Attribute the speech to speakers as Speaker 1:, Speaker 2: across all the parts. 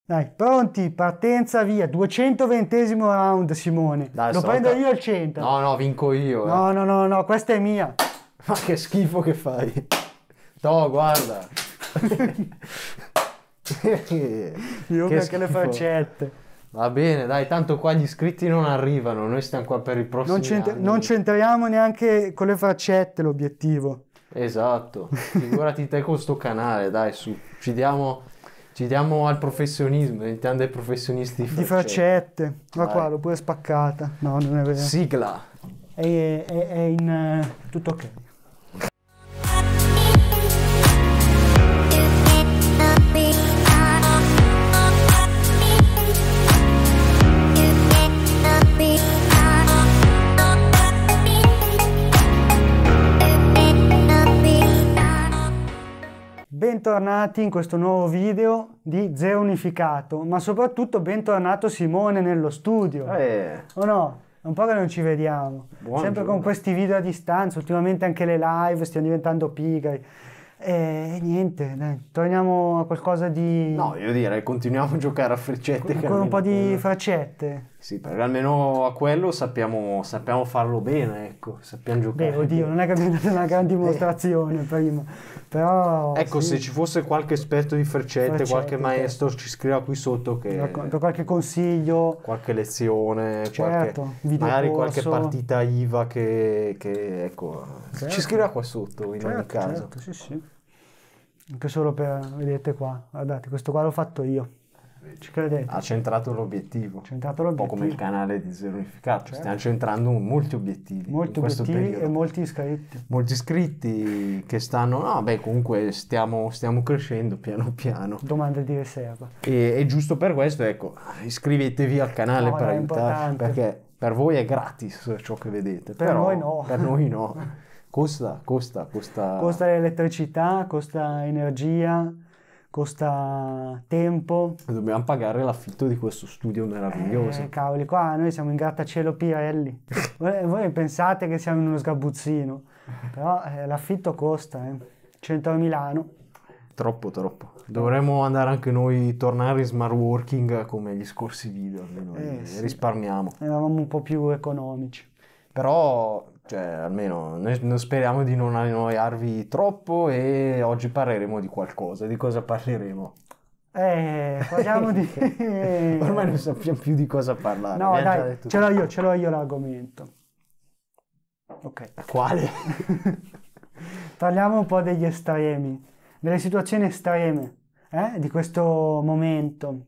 Speaker 1: Dai, pronti, partenza, via. 220° round, Simone.
Speaker 2: Dai,
Speaker 1: Lo
Speaker 2: stavolta-
Speaker 1: prendo io al centro.
Speaker 2: No, vinco io.
Speaker 1: No, questa è mia.
Speaker 2: Ma che schifo che fai. No, guarda.
Speaker 1: Io
Speaker 2: Che
Speaker 1: perché le
Speaker 2: schifo.
Speaker 1: faccette.
Speaker 2: Va bene, dai, tanto qua gli iscritti non arrivano, noi stiamo qua per i prossimi anni.
Speaker 1: Non c'entriamo neanche con le faccette, l'obiettivo.
Speaker 2: Esatto, figurati te con sto canale, dai, su, ci diamo al professionismo, diventiamo dei professionisti
Speaker 1: Di faccette. Ma
Speaker 2: Vai.
Speaker 1: qua l'ho pure spaccata. No, non è vero.
Speaker 2: Sigla.
Speaker 1: È in tutto ok. Bentornati in questo nuovo video di Zero Unificato, ma soprattutto bentornato Simone nello studio. O no? È un po' che non ci vediamo.
Speaker 2: Buongiorno.
Speaker 1: Sempre con questi video a distanza, ultimamente anche le live stiamo diventando pigri. E niente, dai, torniamo a qualcosa di...
Speaker 2: No, io direi continuiamo a giocare a freccette. che
Speaker 1: con un po'
Speaker 2: almeno
Speaker 1: di
Speaker 2: quello-
Speaker 1: faccette.
Speaker 2: Sì, perché almeno a quello sappiamo farlo bene, ecco, sappiamo giocare.
Speaker 1: Beh, oddio, non è che abbiamo dato una gran dimostrazione prima, però...
Speaker 2: Ecco,
Speaker 1: sì.
Speaker 2: se ci fosse qualche esperto di freccette, qualche maestro, ci scriva qui sotto
Speaker 1: Per qualche consiglio,
Speaker 2: qualche lezione,
Speaker 1: certo,
Speaker 2: magari
Speaker 1: videocorso.
Speaker 2: qualche partita IVA che ecco,
Speaker 1: Certo.
Speaker 2: ci scriva qua sotto in ogni caso.
Speaker 1: Certo, sì. Anche solo per, vedete qua, guardate, questo qua l'ho fatto io. Ci credete?
Speaker 2: Ha centrato l'obiettivo.
Speaker 1: Centrato
Speaker 2: Un po' come il
Speaker 1: l'obiettivo.
Speaker 2: canale di Zero Unificato.
Speaker 1: Certo.
Speaker 2: Stiamo centrando molti obiettivi
Speaker 1: Molti
Speaker 2: in questo
Speaker 1: obiettivi
Speaker 2: periodo.
Speaker 1: e molti iscritti.
Speaker 2: Molti iscritti che stanno... No, beh, comunque stiamo crescendo piano piano.
Speaker 1: Domande di riserva.
Speaker 2: E giusto per questo, ecco, iscrivetevi al canale
Speaker 1: No,
Speaker 2: per
Speaker 1: è
Speaker 2: aiutarci,
Speaker 1: importante.
Speaker 2: perché per voi è gratis ciò che vedete.
Speaker 1: Per
Speaker 2: però
Speaker 1: noi no.
Speaker 2: Per noi no. Costa.
Speaker 1: Costa l'elettricità, costa energia, costa tempo.
Speaker 2: Dobbiamo pagare l'affitto di questo studio meraviglioso.
Speaker 1: Cavoli, qua noi siamo in grattacielo Pirelli. Voi pensate che siamo in uno sgabuzzino, però l'affitto costa, centro a Milano.
Speaker 2: Troppo. Dovremmo andare anche noi, tornare in smart working come gli scorsi video, almeno
Speaker 1: Sì.
Speaker 2: risparmiamo.
Speaker 1: Eravamo un po' più economici.
Speaker 2: Però, cioè, almeno noi speriamo di non annoiarvi troppo e oggi parleremo di qualcosa. Di cosa parleremo?
Speaker 1: Parliamo di...
Speaker 2: Ormai non sappiamo più di cosa parlare.
Speaker 1: No,
Speaker 2: abbiamo già
Speaker 1: dai,
Speaker 2: detto
Speaker 1: ce l'ho io l'argomento. Ok.
Speaker 2: Quale?
Speaker 1: Parliamo un po' degli estremi, delle situazioni estreme, di questo momento.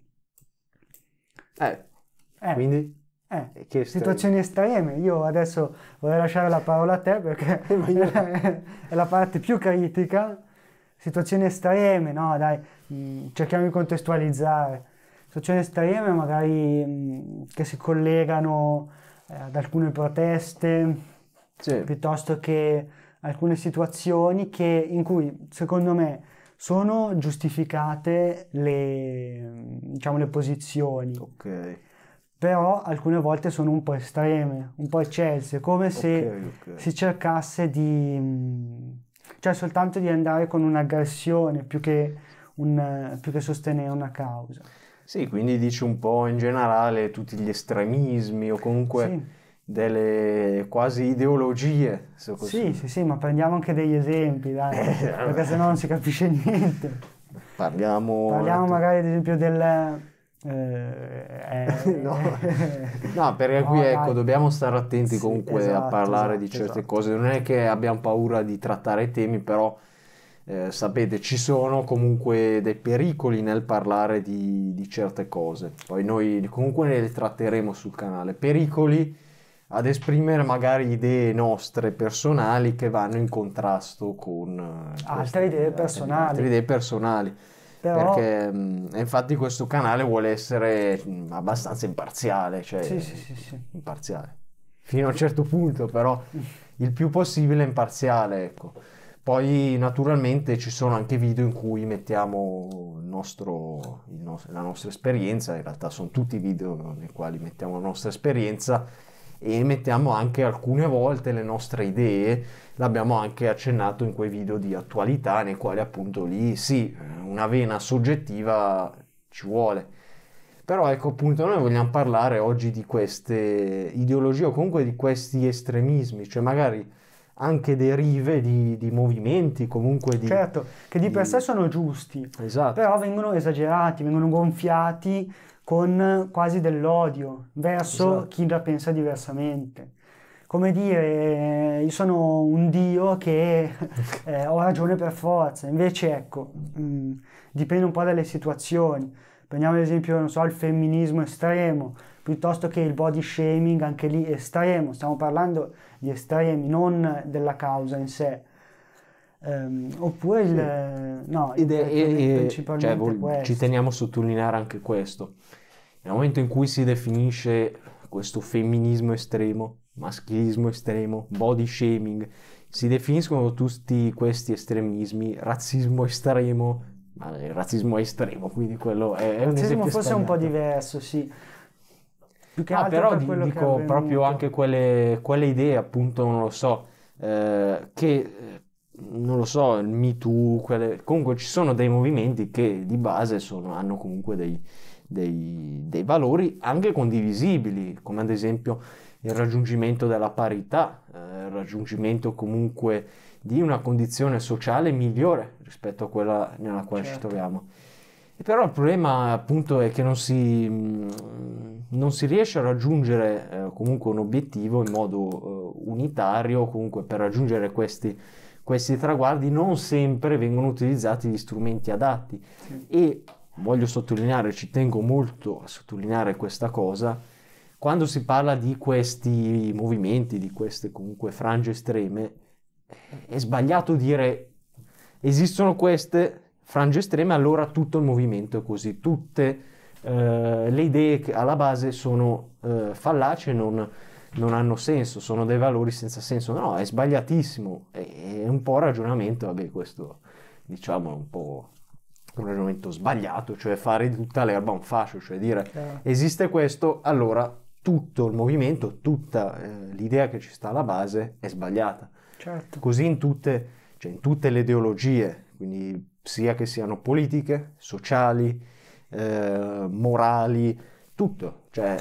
Speaker 2: Quindi? Che estremi?
Speaker 1: Situazioni estreme. Io adesso vorrei lasciare la parola a te perché è la parte più critica. Situazioni estreme, no dai, cerchiamo di contestualizzare. Situazioni estreme magari che si collegano ad alcune proteste,
Speaker 2: Sì.
Speaker 1: piuttosto che alcune situazioni in cui secondo me sono giustificate le posizioni.
Speaker 2: Ok.
Speaker 1: Però alcune volte sono un po' estreme, un po' eccelse, come se
Speaker 2: Ok.
Speaker 1: si cercasse cioè soltanto di andare con un'aggressione più che sostenere una causa.
Speaker 2: Sì, quindi dici un po' in generale tutti gli estremismi o comunque
Speaker 1: Sì.
Speaker 2: delle quasi ideologie, se così.
Speaker 1: Sì, ma prendiamo anche degli esempi, dai, perché sennò non si capisce niente.
Speaker 2: Parliamo
Speaker 1: Magari ad esempio del...
Speaker 2: No, perché qui
Speaker 1: No,
Speaker 2: ecco,
Speaker 1: dai.
Speaker 2: dobbiamo stare attenti
Speaker 1: Sì,
Speaker 2: comunque a parlare di
Speaker 1: esatto.
Speaker 2: certe cose. Non è che abbiamo paura di trattare temi, però sapete, ci sono comunque dei pericoli nel parlare di certe cose. Poi noi comunque ne le tratteremo sul canale. Pericoli ad esprimere magari idee nostre personali che vanno in contrasto con
Speaker 1: Altre idee personali.
Speaker 2: altre idee personali.
Speaker 1: Però...
Speaker 2: Perché infatti questo canale vuole essere abbastanza imparziale, cioè
Speaker 1: Sì.
Speaker 2: imparziale fino a un certo punto, però il più possibile imparziale, ecco. Poi naturalmente ci sono anche video in cui mettiamo la nostra esperienza, in realtà sono tutti video nei quali mettiamo la nostra esperienza e mettiamo anche alcune volte le nostre idee. L'abbiamo anche accennato in quei video di attualità nei quali appunto lì sì, una vena soggettiva ci vuole, Però ecco appunto noi vogliamo parlare oggi di queste ideologie o comunque di questi estremismi, cioè magari anche derive di movimenti, comunque
Speaker 1: Certo, che di per sé
Speaker 2: di-
Speaker 1: sono giusti,
Speaker 2: Esatto,
Speaker 1: però vengono esagerati, vengono gonfiati con quasi dell'odio verso
Speaker 2: esatto.
Speaker 1: chi la pensa diversamente. Come dire, io sono un dio che ho ragione per forza, invece ecco, dipende un po' dalle situazioni. Prendiamo ad esempio, non so, il femminismo estremo, piuttosto che il body shaming, anche lì estremo, stiamo parlando di estremi, non della causa in sé. Oppure
Speaker 2: Sì.
Speaker 1: no, io
Speaker 2: Ed è,
Speaker 1: direi più o meno
Speaker 2: cioè,
Speaker 1: principalmente
Speaker 2: ci
Speaker 1: questo.
Speaker 2: teniamo a sottolineare anche questo. Nel momento in cui si definisce questo femminismo estremo, maschilismo estremo, body shaming, si definiscono tutti questi estremismi, razzismo estremo, ma il razzismo è estremo, quindi quello è un
Speaker 1: Razzismo
Speaker 2: esempio
Speaker 1: forse è un po'
Speaker 2: sbagliato.
Speaker 1: diverso, sì. Più che
Speaker 2: No,
Speaker 1: altro
Speaker 2: però
Speaker 1: per quello che è
Speaker 2: dico proprio
Speaker 1: avvenuto.
Speaker 2: anche quelle idee, appunto, non lo so, che, non lo so, il Me Too, comunque ci sono dei movimenti che di base hanno comunque dei valori anche condivisibili, come ad esempio il raggiungimento della parità, il raggiungimento comunque di una condizione sociale migliore rispetto a quella nella quale ci
Speaker 1: Certo,
Speaker 2: troviamo. E però il problema appunto è che non si riesce a raggiungere comunque un obiettivo in modo unitario, comunque per raggiungere questi traguardi non sempre vengono utilizzati gli strumenti adatti.
Speaker 1: sì,
Speaker 2: E voglio sottolineare, ci tengo molto a sottolineare questa cosa, quando si parla di questi movimenti, di queste comunque frange estreme, è sbagliato dire esistono queste frange estreme, allora tutto il movimento è così, tutte le idee che alla base sono fallaci e non hanno senso, sono dei valori senza senso. No, è sbagliatissimo, è un po' ragionamento, vabbè, questo diciamo è un po' un ragionamento sbagliato, cioè fare di tutta l'erba un fascio, cioè dire
Speaker 1: chiaro.
Speaker 2: esiste questo, allora tutto il movimento, tutta l'idea che ci sta alla base è sbagliata.
Speaker 1: Certo,
Speaker 2: Così cioè in tutte le ideologie, quindi sia che siano politiche, sociali, morali, tutto, cioè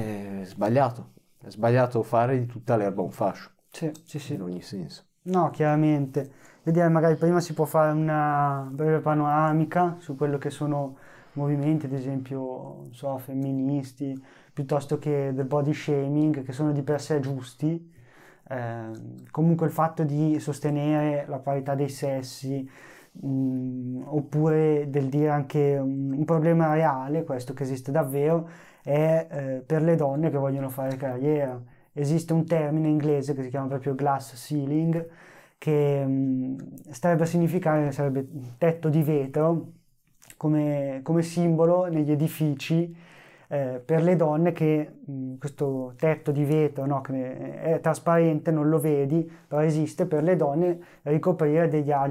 Speaker 2: è sbagliato fare di tutta l'erba un fascio,
Speaker 1: sì, sì,
Speaker 2: in
Speaker 1: sì.
Speaker 2: ogni senso.
Speaker 1: No, chiaramente. Vedere, magari prima si può fare una breve panoramica su quello che sono movimenti, ad esempio, non so, femministi, piuttosto che del body shaming, che sono di per sé giusti. Comunque il fatto di sostenere la parità dei sessi, oppure del dire anche un problema reale, questo che esiste davvero, è per le donne che vogliono fare carriera. Esiste un termine inglese che si chiama proprio glass ceiling, che starebbe a significare, sarebbe tetto di vetro, come simbolo negli edifici per le donne che questo tetto di vetro, no, che è trasparente, non lo vedi, però esiste per le donne ricoprire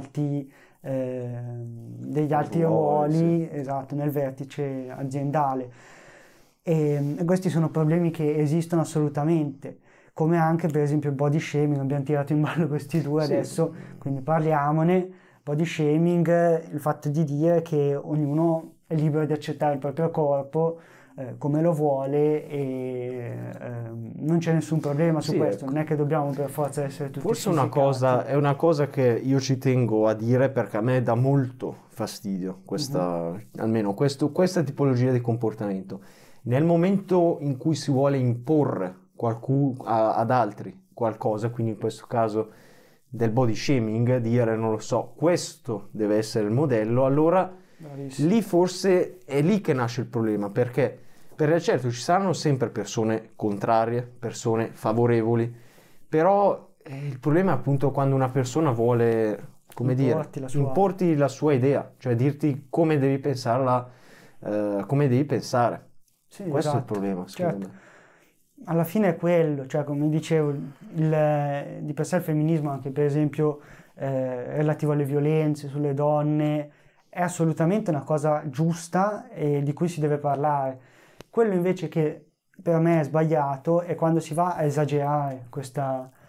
Speaker 1: degli alti
Speaker 2: Ruoli, sì.
Speaker 1: ruoli, esatto, nel vertice aziendale. E questi sono problemi che esistono assolutamente, come anche per esempio il body shaming, abbiamo tirato in ballo questi due
Speaker 2: Sì,
Speaker 1: adesso, quindi parliamone. Body shaming, il fatto di dire che ognuno è libero di accettare il proprio corpo come lo vuole e non c'è nessun problema su
Speaker 2: sì,
Speaker 1: questo,
Speaker 2: ecco.
Speaker 1: non è che dobbiamo per forza essere tutti
Speaker 2: Forse
Speaker 1: fisicati.
Speaker 2: è una cosa che io ci tengo a dire perché a me dà molto fastidio
Speaker 1: Mhm,
Speaker 2: almeno questa tipologia di comportamento. Nel momento in cui si vuole imporre ad altri qualcosa, quindi in questo caso del body shaming, dire non lo so, questo deve essere il modello, allora lì
Speaker 1: bravissimo.
Speaker 2: forse è lì che nasce il problema, perché certo ci saranno sempre persone contrarie, persone favorevoli, però il problema è appunto quando una persona vuole, come dire,
Speaker 1: Importi la sua...
Speaker 2: importi la sua idea, cioè dirti come devi pensarla, come devi pensare.
Speaker 1: Sì,
Speaker 2: Questo è il
Speaker 1: esatto,
Speaker 2: problema, secondo
Speaker 1: certo.
Speaker 2: me.
Speaker 1: Alla fine è quello, cioè come dicevo, di per sé il femminismo, anche per esempio relativo alle violenze sulle donne, è assolutamente una cosa giusta e di cui si deve parlare. Quello invece che per me è sbagliato è quando si va a esagerare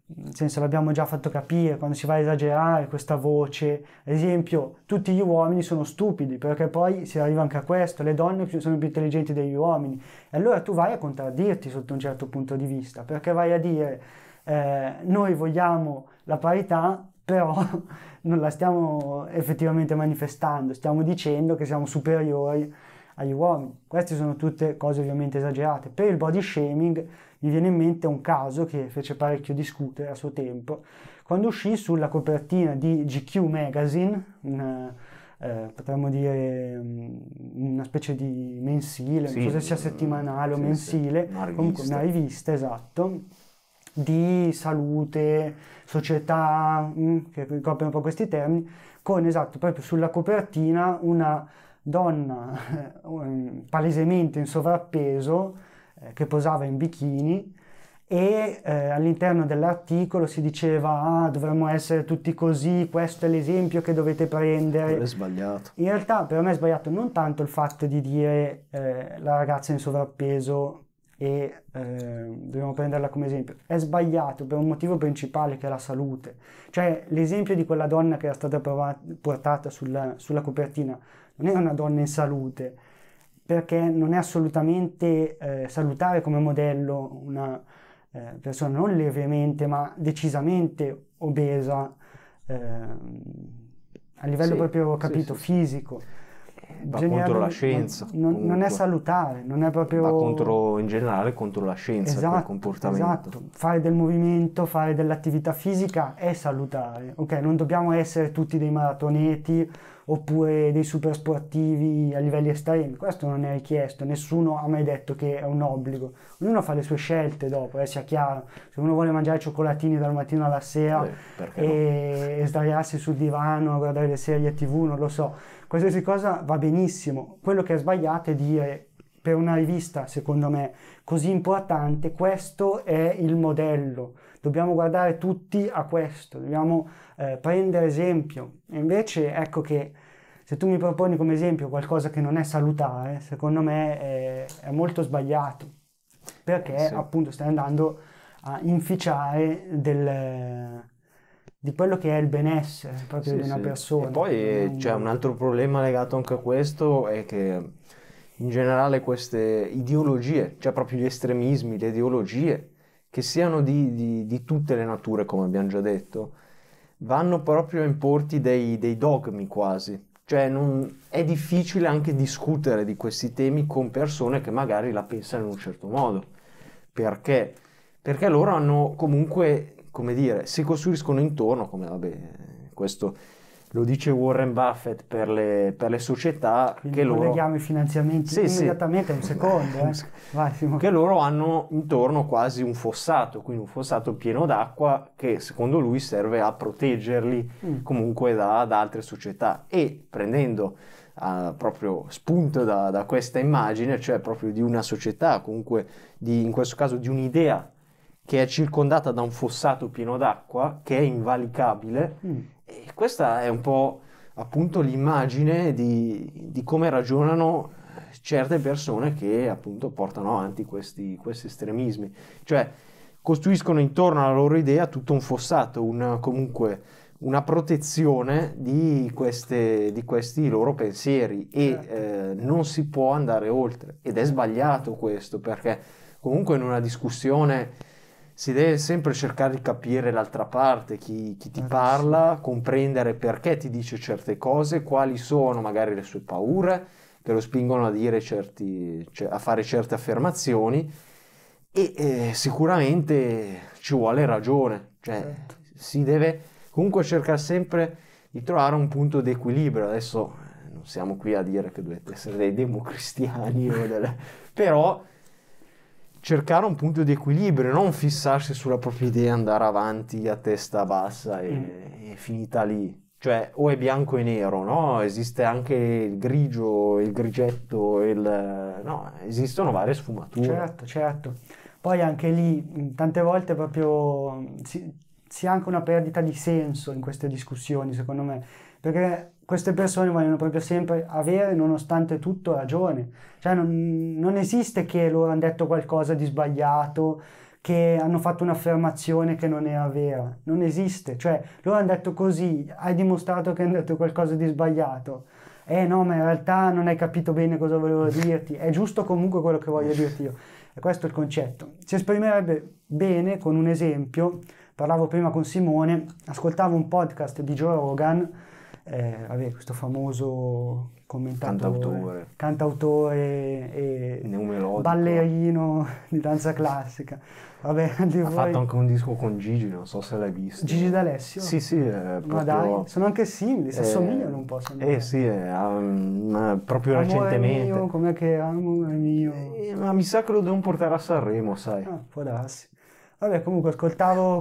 Speaker 1: nel senso l'abbiamo già fatto capire, quando si va a esagerare questa voce, ad esempio tutti gli uomini sono stupidi, perché poi si arriva anche a questo, le donne sono più intelligenti degli uomini, e allora tu vai a contraddirti sotto un certo punto di vista, perché vai a dire noi vogliamo la parità, però non la stiamo effettivamente manifestando, stiamo dicendo che siamo superiori agli uomini. Queste sono tutte cose ovviamente esagerate. Per il body shaming mi viene in mente un caso che fece parecchio discutere a suo tempo, quando uscì sulla copertina di GQ Magazine, potremmo dire una specie di mensile,
Speaker 2: Sì,
Speaker 1: non so se sia settimanale o
Speaker 2: sì,
Speaker 1: mensile,
Speaker 2: sì, una
Speaker 1: comunque
Speaker 2: rivista.
Speaker 1: una rivista, esatto, di salute, società, che ricopre un po' questi termini, con esatto, proprio sulla copertina una donna palesemente in sovrappeso che posava in bikini e all'interno dell'articolo si diceva dovremmo essere tutti così, questo è l'esempio che dovete prendere.
Speaker 2: Quello è sbagliato.
Speaker 1: In realtà per me è sbagliato non tanto il fatto di dire la ragazza in sovrappeso e dobbiamo prenderla come esempio, è sbagliato per un motivo principale che è la salute. Cioè l'esempio di quella donna che era stata portata sulla copertina non è una donna in salute, perché non è assolutamente salutare come modello una persona non lievemente ma decisamente obesa a livello
Speaker 2: Sì,
Speaker 1: proprio,
Speaker 2: sì,
Speaker 1: capito,
Speaker 2: sì, sì.
Speaker 1: fisico.
Speaker 2: Va contro la scienza,
Speaker 1: Non è
Speaker 2: comunque.
Speaker 1: salutare, non è proprio...
Speaker 2: Va contro, in generale, contro la scienza, quel
Speaker 1: Esatto,
Speaker 2: comportamento.
Speaker 1: esatto. Fare del movimento, fare dell'attività fisica è salutare. Ok, non dobbiamo essere tutti dei maratoneti oppure dei super sportivi a livelli estremi. Questo non è richiesto, nessuno ha mai detto che è un obbligo. Ognuno fa le sue scelte dopo, sia chiaro. Se uno vuole mangiare cioccolatini dal mattino alla sera
Speaker 2: Perché no?
Speaker 1: e sdraiarsi sul divano a guardare le serie TV, non lo so. Qualsiasi cosa va benissimo. Quello che è sbagliato è dire per una rivista, secondo me, così importante, questo è il modello, dobbiamo guardare tutti a questo, dobbiamo prendere esempio. E invece ecco che se tu mi proponi come esempio qualcosa che non è salutare, secondo me è molto sbagliato, perché
Speaker 2: Sì.
Speaker 1: appunto stai andando a inficiare di quello che è il benessere proprio
Speaker 2: Sì,
Speaker 1: di una
Speaker 2: sì.
Speaker 1: persona.
Speaker 2: E poi c'è un altro problema legato anche a questo, è che in generale queste ideologie, cioè proprio gli estremismi, le ideologie, che siano di tutte le nature, come abbiamo già detto, vanno proprio a importi dei dogmi quasi. Cioè è difficile anche discutere di questi temi con persone che magari la pensano in un certo modo. Perché? Perché loro hanno comunque, come dire, si costruiscono intorno, come vabbè, questo lo dice Warren Buffett per le società,
Speaker 1: Quindi
Speaker 2: che loro...
Speaker 1: colleghiamo i finanziamenti
Speaker 2: Sì, sì.
Speaker 1: immediatamente, un secondo. Vai, Simo.
Speaker 2: Che loro hanno intorno quasi un fossato, quindi un fossato pieno d'acqua che secondo lui serve a proteggerli comunque da altre società. E prendendo proprio spunto da questa immagine, cioè proprio di una società, comunque in questo caso di un'idea che è circondata da un fossato pieno d'acqua, che è invalicabile, e questa è un po' appunto l'immagine di come ragionano certe persone che appunto portano avanti questi estremismi, cioè costruiscono intorno alla loro idea tutto un fossato, comunque una protezione di questi loro pensieri e non si può andare oltre, ed è sbagliato questo, perché comunque in una discussione si deve sempre cercare di capire l'altra parte, chi ti parla, comprendere perché ti dice certe cose, quali sono magari le sue paure che lo spingono a dire a fare certe affermazioni, e sicuramente ci vuole ragione, cioè si deve comunque cercare sempre di trovare un punto di equilibrio. Adesso non siamo qui a dire che dovete essere dei democristiani, però cercare un punto di equilibrio, non fissarsi sulla propria idea, andare avanti a testa bassa e finita lì. Cioè, o è bianco e nero, no? Esiste anche il grigio, il grigetto, no, esistono varie sfumature.
Speaker 1: Certo, certo. Poi anche lì tante volte proprio si ha anche una perdita di senso in queste discussioni, secondo me, perché queste persone vogliono proprio sempre avere, nonostante tutto, ragione. Cioè non esiste che loro hanno detto qualcosa di sbagliato, che hanno fatto un'affermazione che non era vera. Non esiste. Cioè, loro hanno detto così, hai dimostrato che hanno detto qualcosa di sbagliato. No, ma in realtà non hai capito bene cosa volevo dirti. È giusto comunque quello che voglio dirti io. E questo è il concetto. Si esprimerebbe bene con un esempio. Parlavo prima con Simone, ascoltavo un podcast di Joe Rogan, questo famoso cantautore e ballerino di danza classica. Vabbè,
Speaker 2: ha fatto anche un disco con Gigi, non so se l'hai visto.
Speaker 1: Gigi D'Alessio?
Speaker 2: Sì, proprio...
Speaker 1: Ma dai, sono anche simili, si assomigliano un po'.
Speaker 2: Sì, proprio
Speaker 1: amore
Speaker 2: recentemente.
Speaker 1: Mio, com'è che amore mio?
Speaker 2: Ma mi sa che lo devono portare a Sanremo, sai.
Speaker 1: Può darsi. Vabbè, comunque ascoltavo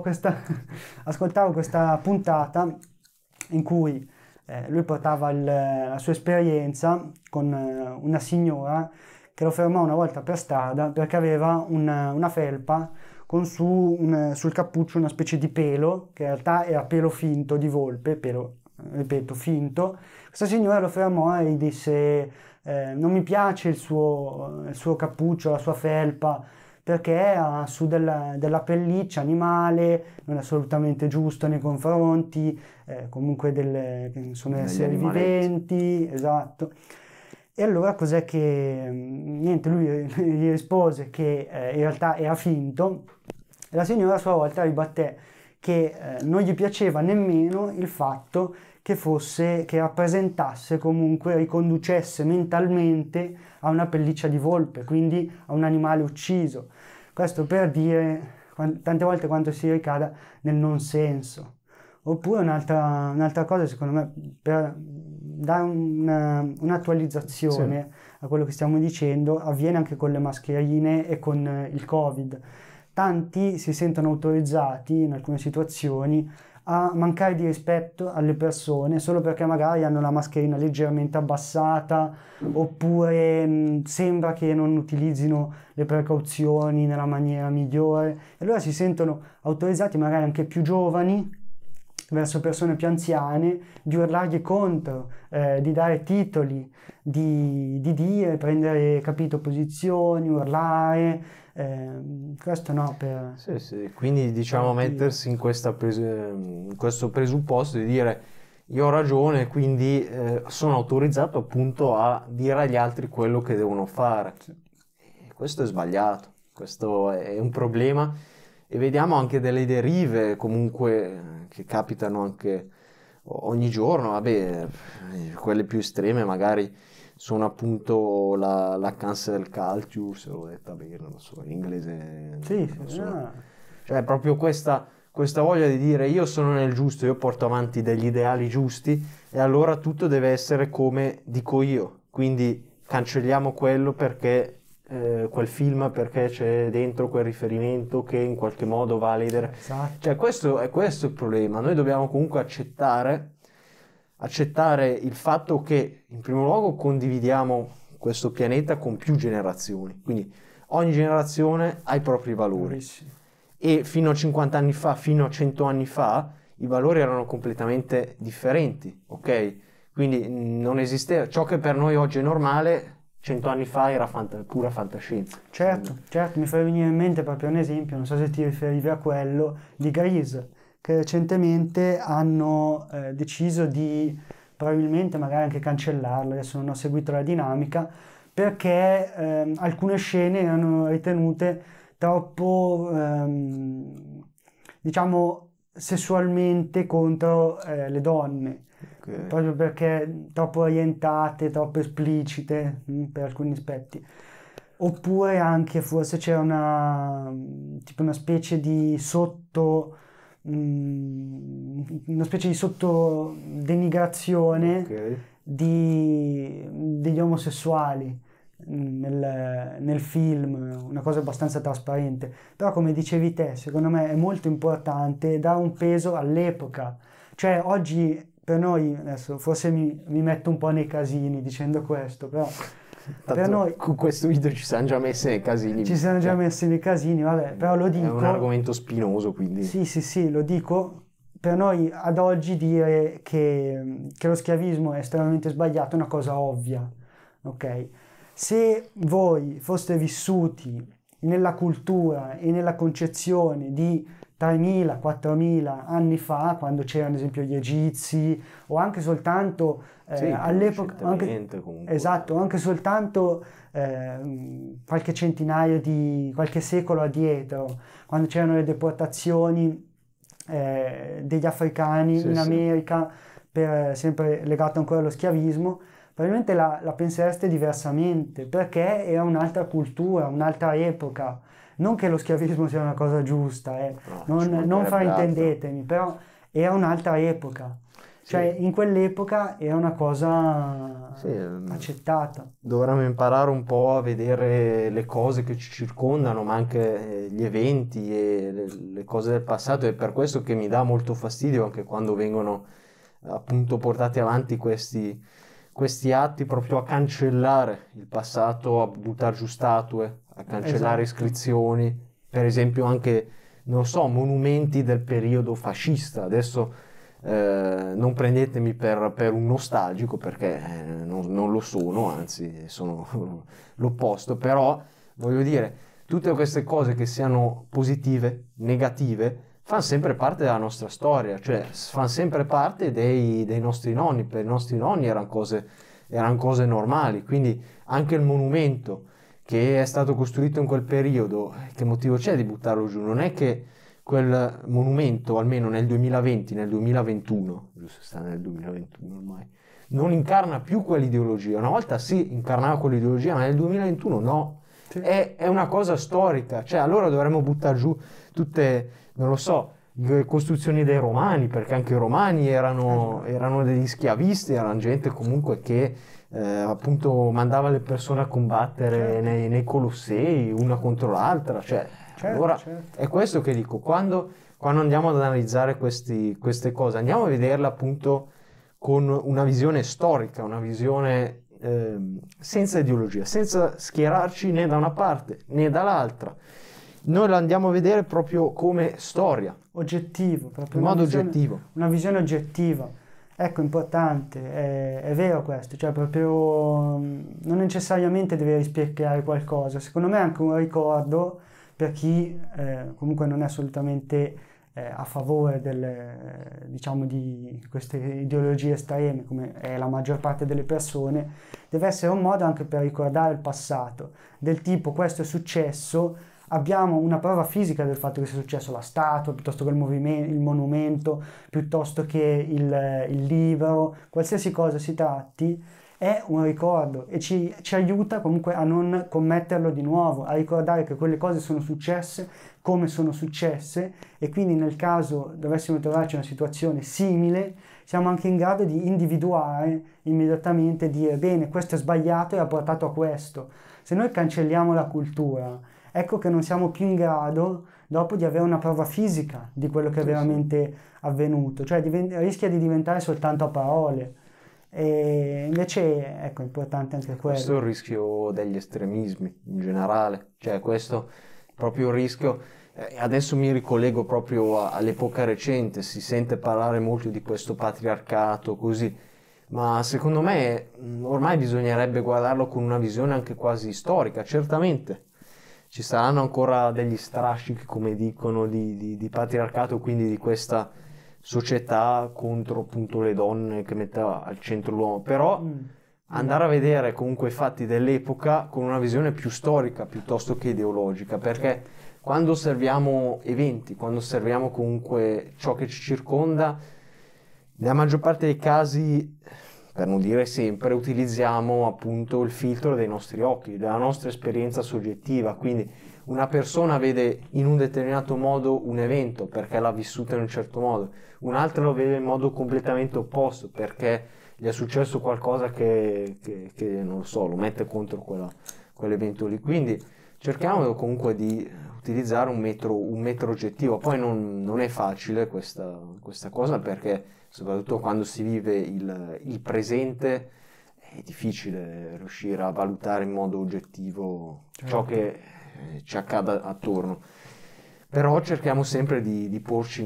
Speaker 1: questa puntata in cui lui portava la sua esperienza con una signora che lo fermò una volta per strada perché aveva una felpa con sul cappuccio una specie di pelo, che in realtà era pelo finto di volpe, pelo, ripeto, finto. Questa signora lo fermò e gli disse non mi piace il suo cappuccio, la sua felpa, perché ha su della pelliccia animale, non è assolutamente giusto nei confronti, comunque che sono esseri viventi, esatto. E allora cos'è che, niente, lui gli rispose che in realtà era finto, e la signora a sua volta ribatté che non gli piaceva nemmeno il fatto che rappresentasse, comunque riconducesse mentalmente a una pelliccia di volpe, quindi a un animale ucciso. Questo per dire tante volte quanto si ricada nel non senso. Oppure un'altra cosa, secondo me, per dare un'attualizzazione a quello che stiamo dicendo, avviene anche con le mascherine e con il Covid. Tanti si sentono autorizzati in alcune situazioni a mancare di rispetto alle persone solo perché magari hanno la mascherina leggermente abbassata, oppure sembra che non utilizzino le precauzioni nella maniera migliore, e allora si sentono autorizzati, magari anche più giovani, verso persone più anziane, di urlargli contro, di dare titoli, di dire, prendere, capito, posizioni, urlare, questo no, per...
Speaker 2: Sì, quindi diciamo mettersi in questo presupposto di dire io ho ragione, quindi sono autorizzato appunto a dire agli altri quello che devono fare. E questo è sbagliato, questo è un problema. E vediamo anche delle derive comunque che capitano anche ogni giorno, vabbè, quelle più estreme magari sono appunto la cancel culture, se l'ho detta bene, non so, in inglese.
Speaker 1: Sì,
Speaker 2: Cioè proprio questa voglia di dire io sono nel giusto, io porto avanti degli ideali giusti e allora tutto deve essere come dico io, quindi cancelliamo quello perché... quel film perché c'è dentro quel riferimento che in qualche modo va a ledere.
Speaker 1: Esatto.
Speaker 2: Cioè questo è il problema. Noi dobbiamo comunque accettare il fatto che in primo luogo condividiamo questo pianeta con più generazioni, quindi ogni generazione ha i propri valori. E fino a 50 anni fa, fino a 100 anni fa, i valori erano completamente differenti, ok? Quindi non esisteva ciò che per noi oggi è normale. 100 anni fa era pura fantascienza.
Speaker 1: Certo, mi fa venire in mente proprio un esempio, non so se ti riferivi a quello, di Grease, che recentemente hanno deciso di probabilmente magari anche cancellarlo, adesso non ho seguito la dinamica, perché alcune scene erano ritenute troppo, diciamo, sessualmente contro le donne. Okay. Proprio perché troppo orientate, troppo esplicite per alcuni aspetti. Oppure anche forse c'era una specie di sottodenigrazione okay. Degli omosessuali nel film, una cosa abbastanza trasparente. Però come dicevi te, secondo me è molto importante dare un peso all'epoca. Cioè oggi per noi, adesso forse mi metto un po' nei casini dicendo questo, però per noi...
Speaker 2: Con questo video ci siamo già messi nei casini.
Speaker 1: Ci siamo già messi nei casini, vabbè, però lo dico...
Speaker 2: È un argomento spinoso, quindi...
Speaker 1: Sì, lo dico. Per noi ad oggi dire che lo schiavismo è estremamente sbagliato è una cosa ovvia, ok? Se voi foste vissuti nella cultura e nella concezione di 3.000, 4.000 anni fa, quando c'erano ad esempio gli egizi, o anche soltanto
Speaker 2: Sì,
Speaker 1: all'epoca,
Speaker 2: recentemente comunque.
Speaker 1: esatto, anche soltanto qualche centinaio di, qualche secolo addietro, quando c'erano le deportazioni degli africani
Speaker 2: Sì,
Speaker 1: in
Speaker 2: sì.
Speaker 1: America, sempre legato ancora allo schiavismo, probabilmente la pensereste diversamente, perché era un'altra cultura, un'altra epoca. Non che lo schiavismo sia una cosa giusta,
Speaker 2: No, ci
Speaker 1: non
Speaker 2: mancherebbe altro.
Speaker 1: fraintendetemi, però era un'altra epoca. Cioè,
Speaker 2: Sì.
Speaker 1: in quell'epoca era una cosa
Speaker 2: Sì,
Speaker 1: accettata.
Speaker 2: dovremmo imparare un po' a vedere le cose che ci circondano, ma anche gli eventi e le cose del passato. È per questo che mi dà molto fastidio anche quando vengono appunto portati avanti questi atti proprio a cancellare il passato, a buttare giù statue, a cancellare
Speaker 1: Esatto.
Speaker 2: iscrizioni, per esempio anche, non so, monumenti del periodo fascista. Adesso non prendetemi per un nostalgico, perché non lo sono, anzi sono l'opposto, però voglio dire, tutte queste cose che siano positive, negative, fanno sempre parte della nostra storia, cioè fanno sempre parte dei nostri nonni. Per i nostri nonni erano cose normali, quindi anche il monumento che è stato costruito in quel periodo, che motivo c'è di buttarlo giù? Non è che quel monumento, almeno nel 2020, nel 2021, giusto, sta nel 2021 ormai, non incarna più quell'ideologia. Una volta sì, incarnava quell'ideologia, ma nel 2021 no.
Speaker 1: Sì.
Speaker 2: È una cosa storica, cioè allora dovremmo buttare giù tutte, non lo so, le costruzioni dei romani, perché anche i romani erano degli schiavisti, erano gente comunque che appunto mandava le persone a combattere
Speaker 1: Certo.
Speaker 2: nei Colossei, una contro l'altra, cioè
Speaker 1: Certo,
Speaker 2: allora
Speaker 1: certo.
Speaker 2: è questo che dico, quando andiamo ad analizzare queste cose, andiamo a vederle appunto con una visione storica, una visione senza ideologia, senza schierarci né da una parte né dall'altra. Noi la andiamo a vedere proprio come storia,
Speaker 1: Oggettivo, proprio
Speaker 2: in modo oggettivo.
Speaker 1: una visione oggettiva. Ecco, importante, è vero questo, cioè proprio non necessariamente deve rispecchiare qualcosa, secondo me è anche un ricordo per chi comunque non è assolutamente a favore diciamo, di queste ideologie estreme, come è la maggior parte delle persone, deve essere un modo anche per ricordare il passato, del tipo questo è successo, abbiamo una prova fisica del fatto che sia successo, la statua, piuttosto che il monumento, piuttosto che il libro, qualsiasi cosa si tratti, è un ricordo e ci aiuta comunque a non commetterlo di nuovo, a ricordare che quelle cose sono successe come sono successe e quindi nel caso dovessimo trovarci in una situazione simile, siamo anche in grado di individuare immediatamente e dire bene, questo è sbagliato e ha portato a questo. Se noi cancelliamo la cultura, ecco che non siamo più in grado dopo di avere una prova fisica di quello che è
Speaker 2: Sì, sì.
Speaker 1: veramente avvenuto, cioè rischia di diventare soltanto a parole. E invece, ecco, è importante anche
Speaker 2: Questo è
Speaker 1: quello.
Speaker 2: il rischio degli estremismi in generale, cioè questo è proprio il rischio. Adesso mi ricollego proprio all'epoca recente, si sente parlare molto di questo patriarcato così, ma secondo me ormai bisognerebbe guardarlo con una visione anche quasi storica. Certamente ci saranno ancora degli strascichi, come dicono, di patriarcato, quindi di questa società contro appunto le donne che metteva al centro l'uomo, però andare a vedere comunque i fatti dell'epoca con una visione più storica piuttosto che ideologica, perché quando osserviamo eventi, quando osserviamo comunque ciò che ci circonda, nella maggior parte dei casi, per non dire sempre, utilizziamo appunto il filtro dei nostri occhi, della nostra esperienza soggettiva, quindi una persona vede in un determinato modo un evento perché l'ha vissuto in un certo modo, un'altra lo vede in modo completamente opposto perché gli è successo qualcosa che non lo so, lo mette contro quell'evento lì. Quindi cerchiamo comunque di utilizzare un metro oggettivo. Poi non è facile questa cosa perché soprattutto quando si vive il presente è difficile riuscire a valutare in modo oggettivo ciò che ci accada attorno. Però cerchiamo sempre di porci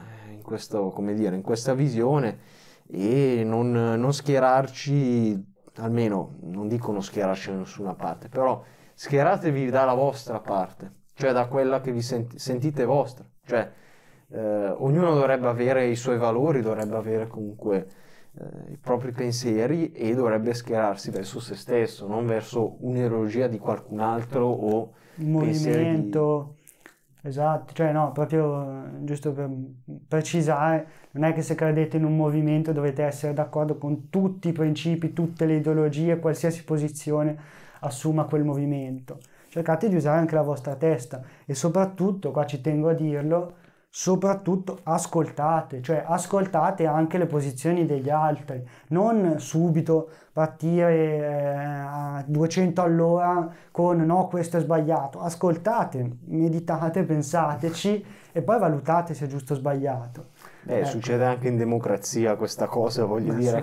Speaker 2: come dire, in questa visione e non schierarci almeno non dicono schierarci da nessuna parte, però schieratevi dalla vostra parte, cioè da quella che vi sentite vostra, cioè ognuno dovrebbe avere i suoi valori, dovrebbe avere comunque i propri pensieri e dovrebbe schierarsi verso se stesso, non verso un'ideologia di qualcun altro o
Speaker 1: un
Speaker 2: pensieri
Speaker 1: movimento. Esatto, cioè no, proprio giusto per precisare, non è che se credete in un movimento dovete essere d'accordo con tutti i principi, tutte le ideologie, qualsiasi posizione assuma quel movimento. Cercate di usare anche la vostra testa e soprattutto, qua ci tengo a dirlo, soprattutto ascoltate, cioè ascoltate anche le posizioni degli altri, non subito partire a 200 all'ora con no, questo è sbagliato, ascoltate, meditate, pensateci e poi valutate se è giusto o sbagliato. Ecco.
Speaker 2: Succede anche in democrazia questa cosa, voglio dire,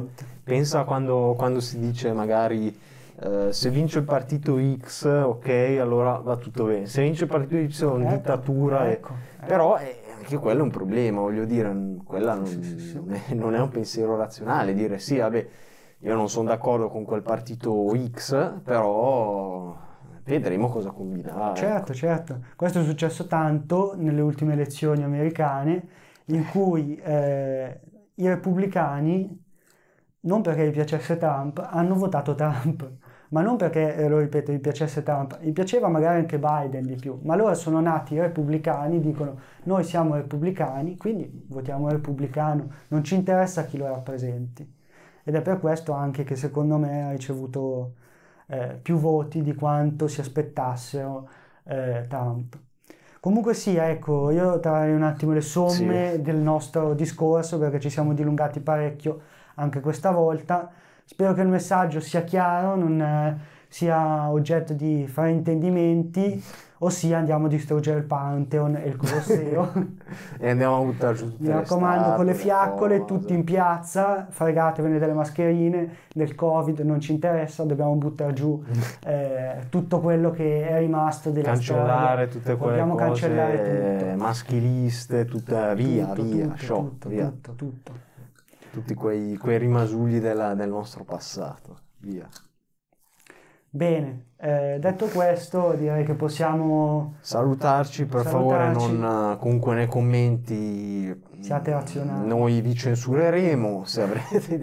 Speaker 2: quando si dice magari se vince il partito X, ok, allora va tutto bene, se vince il partito Y è una dittatura, però anche quello è un problema, voglio dire, quella non è un pensiero razionale, dire sì, vabbè, io non sono d'accordo con quel partito X, però vedremo cosa combinare.
Speaker 1: Certo, questo è successo tanto nelle ultime elezioni americane, in cui i repubblicani, non perché gli piacesse Trump, hanno votato Trump, ma non perché, lo ripeto, gli piacesse Trump, gli piaceva magari anche Biden di più, ma loro sono nati repubblicani, dicono noi siamo repubblicani, quindi votiamo repubblicano, non ci interessa chi lo rappresenti. Ed è per questo anche che secondo me ha ricevuto più voti di quanto si aspettassero Trump. Comunque sì, ecco, io trarrei un attimo le somme del nostro discorso perché ci siamo dilungati parecchio anche questa volta. Spero che il messaggio sia chiaro, non sia oggetto di fraintendimenti, ossia andiamo a distruggere il Pantheon e il Colosseo.
Speaker 2: E andiamo a buttare giù tutte
Speaker 1: Mi raccomando, con le fiaccole, tutti in piazza, fregatevene delle mascherine, del Covid, non ci interessa, dobbiamo buttare giù tutto quello che è rimasto della
Speaker 2: cancellare
Speaker 1: storia.
Speaker 2: Tutte quelle cose
Speaker 1: cancellare tutto.
Speaker 2: Maschiliste, via, via.
Speaker 1: Tutto.
Speaker 2: Tutti quei rimasugli del nostro passato, via.
Speaker 1: Bene, detto questo direi che possiamo
Speaker 2: salutarci, per favore non comunque nei commenti
Speaker 1: siate razionali,
Speaker 2: noi vi censureremo se avrete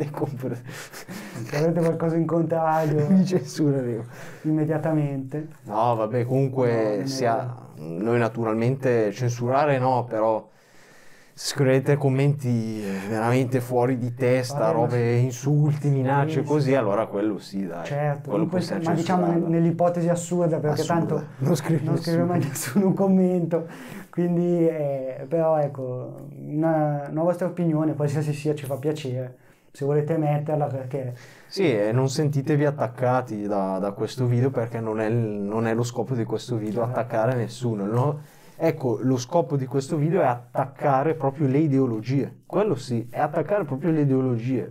Speaker 1: se avete qualcosa in contrario
Speaker 2: vi censureremo
Speaker 1: immediatamente.
Speaker 2: No vabbè, comunque noi naturalmente censurare no, però scrivete commenti veramente fuori di testa, robe, insulti, minacce, così, allora quello sì, dai.
Speaker 1: Certo,
Speaker 2: quello
Speaker 1: ma diciamo nell'ipotesi assurda, perché tanto non scrive mai nessuno un commento, quindi, però ecco, una vostra opinione, qualsiasi sia, ci fa piacere, se volete metterla, perché...
Speaker 2: Sì, e non sentitevi attaccati da questo video, perché non è lo scopo di questo video attaccare nessuno, no? Ecco, lo scopo di questo video è attaccare proprio le ideologie. Quello sì, è attaccare proprio le ideologie.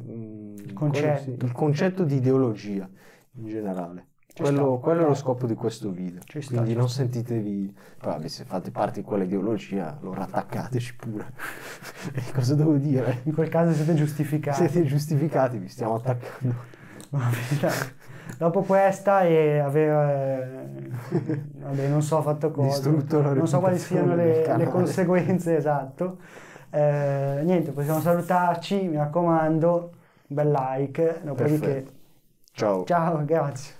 Speaker 2: Il concetto di ideologia in generale. Quello è lo scopo di questo video. Quindi non sentitevi... Vabbè, se fate parte di quell'ideologia, allora attaccateci pure. Cosa devo dire?
Speaker 1: In quel caso siete giustificati.
Speaker 2: Siete giustificati, vi stiamo attaccando.
Speaker 1: Dopo questa e vabbè, non so fatto cosa, non so quali siano le conseguenze, esatto. Niente, possiamo salutarci, mi raccomando, bel like, dopodiché
Speaker 2: ciao,
Speaker 1: grazie.